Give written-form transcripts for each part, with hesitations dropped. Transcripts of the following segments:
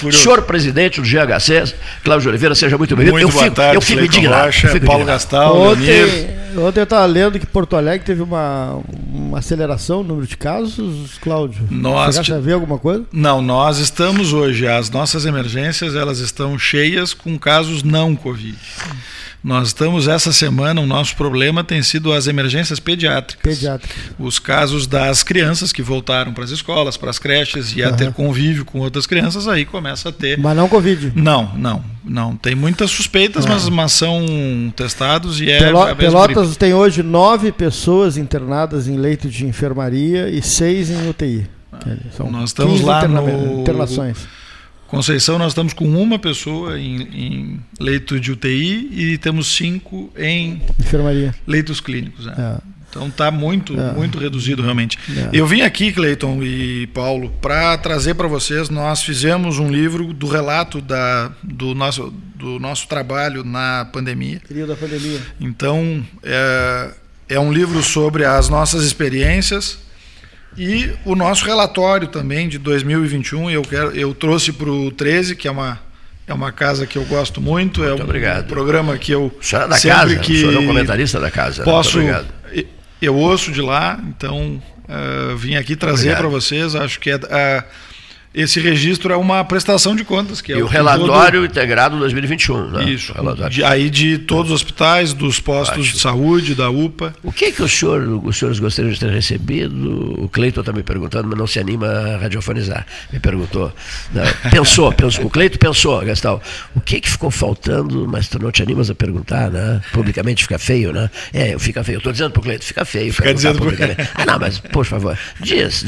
Senhor presidente do GHC, Cláudio Oliveira, seja muito bem-vindo. Boa tarde, eu fico indignado. Paulo Gastal, ontem eu estava lendo que Porto Alegre teve uma aceleração no número de casos, Cláudio. Você já viu alguma coisa? Não, nós estamos hoje, as nossas emergências, elas estão cheias com casos não Covid. Nós estamos essa semana, o nosso problema tem sido as emergências pediátricas. Os casos das crianças que voltaram para as escolas, para as creches e a ter convívio com outras crianças, aí começa a ter... Mas não Covid? Não. Tem muitas suspeitas, mas são testados e Pelotas tem hoje 9 pessoas internadas em leito de enfermaria e 6 em UTI. Nós estamos lá internações. Conceição, nós estamos com uma pessoa em leito de UTI e temos 5 em enfermaria, leitos clínicos. Né? Então está muito reduzido realmente. Eu vim aqui, Cleiton e Paulo, para trazer para vocês, nós fizemos um livro do relato do nosso trabalho na pandemia. Período da pandemia. Então, é um livro sobre as nossas experiências. E o nosso relatório também de 2021, eu trouxe para o 13, que é uma casa que eu gosto muito. Muito obrigado. Um programa que eu o senhor é da casa, o senhor é um comentarista da casa. Posso, muito obrigado. Eu ouço de lá, então vim aqui trazer para vocês. Acho que esse registro é uma prestação de contas. Que e o relatório integrado 2021. Né? Isso, aí de todos os hospitais, dos postos de saúde, da UPA. O que os senhores gostariam de ter recebido? O Cleiton está me perguntando, mas não se anima a radiofonizar. Me perguntou. Não, pensou, o Cleiton pensou, Gastal. O que ficou faltando, mas tu não te animas a perguntar, né? Publicamente fica feio, né? Fica feio. Eu estou dizendo para o Cleiton, fica feio. Fica dizendo publicamente. Não, mas, por favor, Dias,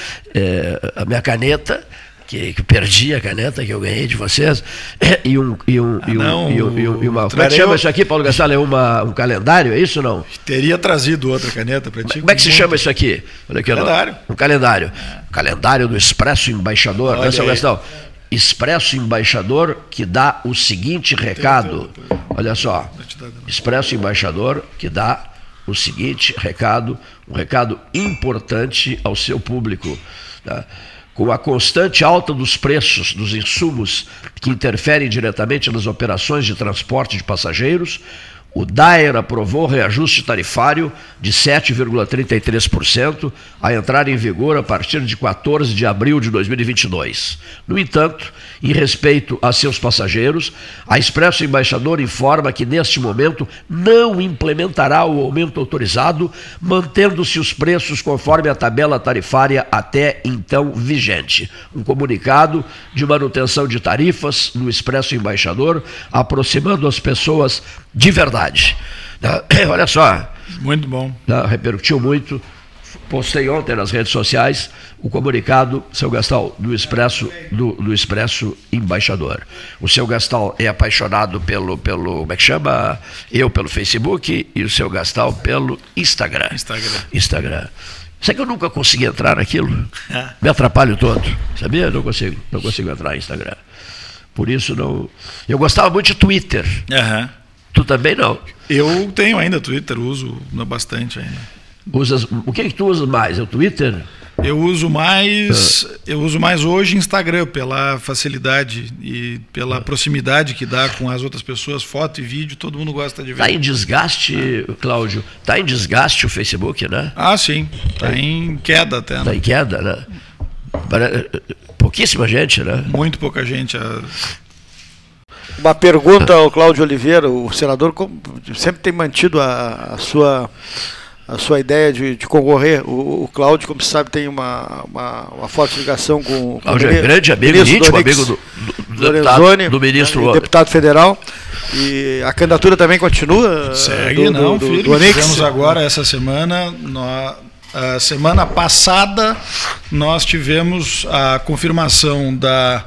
a minha caneta... Que perdi a caneta que eu ganhei de vocês, e uma. Como é que chama isso aqui, Paulo Gastal? É um calendário, é isso ou não? Teria trazido outra caneta para ti. Como é que se chama isso aqui? Olha aqui, calendário. Um calendário. Calendário do Expresso Embaixador, né, seu Gastal? Expresso Embaixador, que dá o seguinte recado. Olha só. Expresso Embaixador, que dá o seguinte recado, um recado importante ao seu público. Tá? Com a constante alta dos preços dos insumos que interferem diretamente nas operações de transporte de passageiros, o DAER aprovou reajuste tarifário de 7,33% a entrar em vigor a partir de 14 de abril de 2022. No entanto, em respeito a seus passageiros, a Expresso Embaixador informa que neste momento não implementará o aumento autorizado, mantendo-se os preços conforme a tabela tarifária até então vigente. Um comunicado de manutenção de tarifas no Expresso Embaixador, aproximando as pessoas de verdade. Olha só. Muito bom. Repercutiu muito. Postei ontem nas redes sociais o comunicado, seu Gastal, do Expresso Embaixador. O seu Gastal é apaixonado pelo como é que chama? Eu pelo Facebook e o seu Gastal pelo Instagram. Sabe que eu nunca consegui entrar naquilo? Me atrapalho todo, sabia? Não consigo entrar no Instagram. Por isso não... Eu gostava muito de Twitter. Tu também não? Eu tenho ainda Twitter, uso bastante ainda. O que tu usa mais? É o Twitter? Eu uso mais hoje Instagram, pela facilidade e pela proximidade que dá com as outras pessoas, foto e vídeo, todo mundo gosta de ver. Está em desgaste, Cláudio? Está em desgaste o Facebook, né? Sim. Está em queda até. Está em queda, né? Pouquíssima gente, né? Muito pouca gente. Uma pergunta ao Cláudio Oliveira, o senador sempre tem mantido a sua ideia de concorrer. O Cláudio, como você sabe, tem uma forte ligação com o Cláudio é grande amigo, íntimo amigo do ministro deputado federal. E a candidatura também continua? Segue, firme. Tivemos agora, essa semana, a semana passada, nós tivemos a confirmação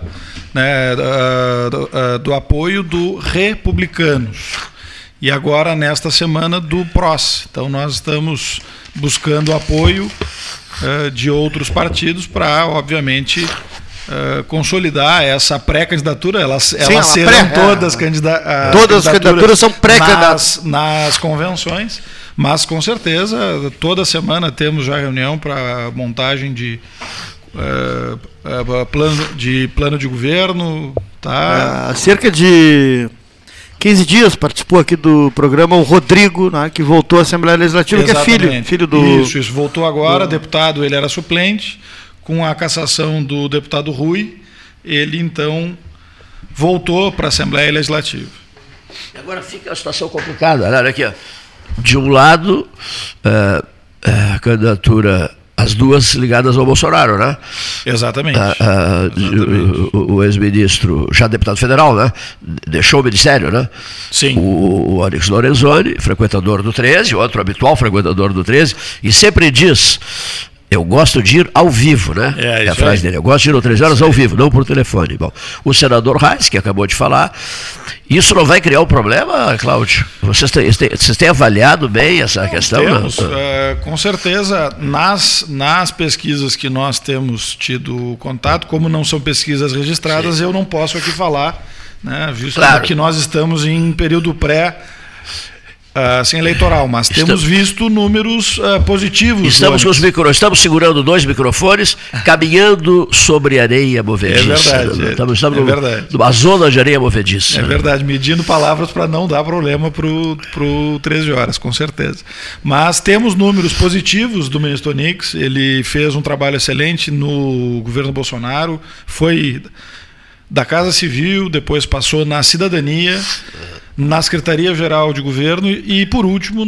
do apoio do Republicanos. E agora, nesta semana, do PROS. Então, nós estamos buscando apoio de outros partidos para, obviamente, consolidar essa pré-candidatura. Elas serão todas candidaturas. Todas as candidaturas são pré-candidatas nas convenções, mas, com certeza, toda semana temos já reunião para montagem plano de governo. Tá? Há cerca de 15 dias participou aqui do programa o Rodrigo, né, que voltou à Assembleia Legislativa, Exatamente. Que é filho do... Isso, voltou agora, deputado, ele era suplente, com a cassação do deputado Rui, ele então voltou para a Assembleia Legislativa. Agora fica a situação complicada, né? Olha aqui, ó. De um lado, a candidatura, as duas ligadas ao Bolsonaro, né? Exatamente. O ex-ministro, já deputado federal, né? Deixou o ministério, né? Sim. O Onyx Lorenzoni, frequentador do 13, outro habitual frequentador do 13, e sempre diz: eu gosto de ir ao vivo, né? É a frase dele. Eu gosto de ir às 13 horas ao vivo, não por telefone. Bom, o senador Reis, que acabou de falar, isso não vai criar um problema, Cláudio? Vocês têm avaliado bem essa questão? Temos, com certeza, nas pesquisas que nós temos tido contato, como não são pesquisas registradas, sim, eu não posso aqui falar, né, visto que nós estamos em período sem eleitoral, mas temos visto números positivos. Estamos segurando 2 microfones, caminhando sobre areia movediça. É verdade. Estamos numa zona de areia movediça. É verdade, medindo palavras para não dar problema para o 13 horas, com certeza. Mas temos números positivos do ministro Onyx, ele fez um trabalho excelente no governo Bolsonaro, foi da Casa Civil, depois passou na Cidadania, na Secretaria-Geral de Governo e, por último,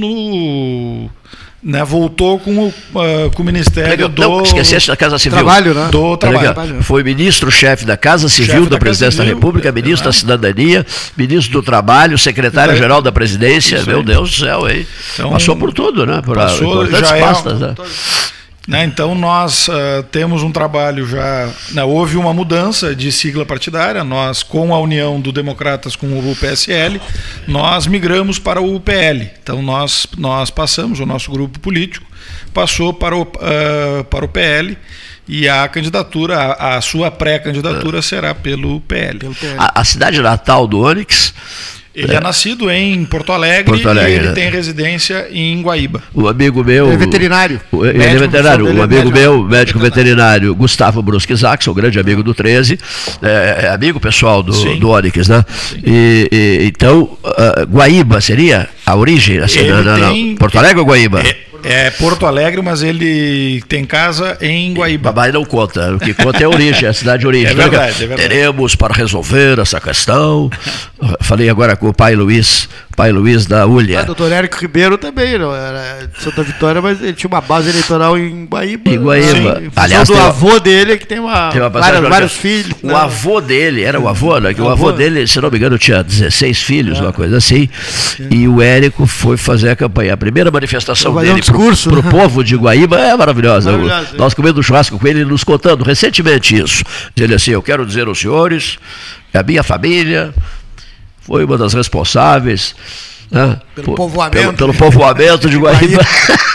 voltou com o Ministério Não, esqueceste da Casa Civil. Trabalho, né? Do trabalho. Foi ministro-chefe da Casa Civil da Presidência da República, ministro da Cidadania, ministro do Trabalho, secretário-geral da Presidência. Isso, meu Deus do céu, hein? Então, passou por tudo, né? Por importantes pastas, né? Então nós temos um trabalho houve uma mudança de sigla partidária, nós com a união do Democratas com o PSL, nós migramos para o PL, então nós passamos, o nosso grupo político passou para o PL e a candidatura, a sua pré-candidatura será pelo PL. A cidade natal do Onyx... Ele é nascido em Porto Alegre, e ele tem residência em Guaíba. O amigo meu... Ele é veterinário. Ele é veterinário. O amigo meu, médico veterinário, Gustavo Brusque Isaacson, grande amigo do 13, é amigo pessoal do Onyx, né? Então, Guaíba seria a origem? Assim, Porto Alegre ou Guaíba? É Porto Alegre, mas ele tem casa em Guaíba. Mas não conta. O que conta é a origem, a cidade de origem. É verdade. Teremos para resolver essa questão. Falei agora com o pai Luiz da Ulha. O doutor Érico Ribeiro também, não era de Santa Vitória, mas ele tinha uma base eleitoral em Guaíba. Aliás, do avô dele, que tem vários filhos. O avô dele, era o avô, né? Que o avô dele, se não me engano, tinha 16 filhos, uma coisa assim. E o Érico foi fazer a campanha. A primeira manifestação dele para o povo de Guaíba é maravilhosa. Nós comemos um churrasco com ele, nos contando recentemente isso. Ele assim: eu quero dizer aos senhores que a minha família foi uma das responsáveis, né, pelo povoamento de Guaíba.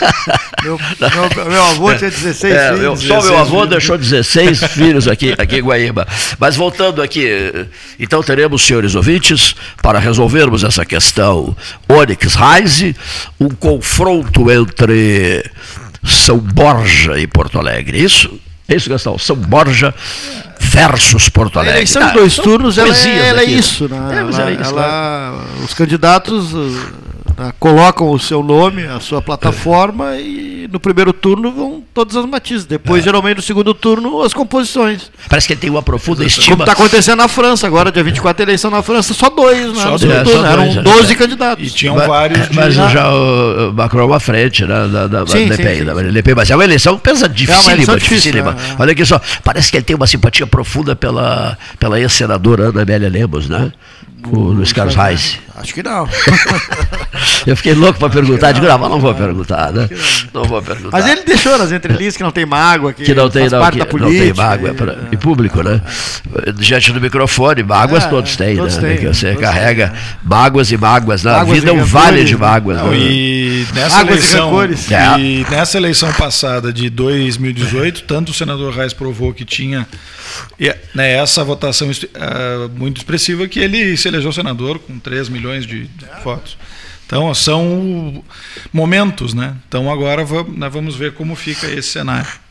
Meu avô tinha 16 filhos. Só meu avô deixou 16 filhos aqui em Guaíba. Mas voltando aqui, então teremos, senhores ouvintes, para resolvermos essa questão Onyx Reis, um confronto entre São Borja e Porto Alegre. Isso, Gastão? São Borja versus Porto Alegre. A eleição de 2 turnos, ela é isso, né? Os candidatos colocam o seu nome, a sua plataforma, e no primeiro turno vão todas as matizes. Depois, geralmente, no segundo turno, as composições. Parece que ele tem uma profunda estima. Como está acontecendo na França agora, dia 24, eleição na França, só 2, né? No segundo turno, eram 12 candidatos. E tinham vários. Mas já o Macron à frente, né? Da Le Pen. Mas é uma eleição dificílima. Olha aqui só, parece que ele tem uma simpatia profunda pela ex-senadora Ana Amélia Lemos, né? O Luiz Carlos Reis. Acho que não. Eu fiquei louco para perguntar, digo, mas não vou perguntar, né? Não vou perguntar. Mas ele deixou nas entrelinhas que não tem mágoa, que não tem mágoa em público, né? Diante do microfone, mágoas todos têm, né? Você carrega mágoas e mágoas, né? A vida é um vale de mágoas. E nessa eleição passada de 2018, tanto o senador Reis provou que tinha essa votação muito expressiva, que ele se elegeu senador com 3 milhões de votos. Então, são momentos, né? Então, agora nós vamos ver como fica esse cenário.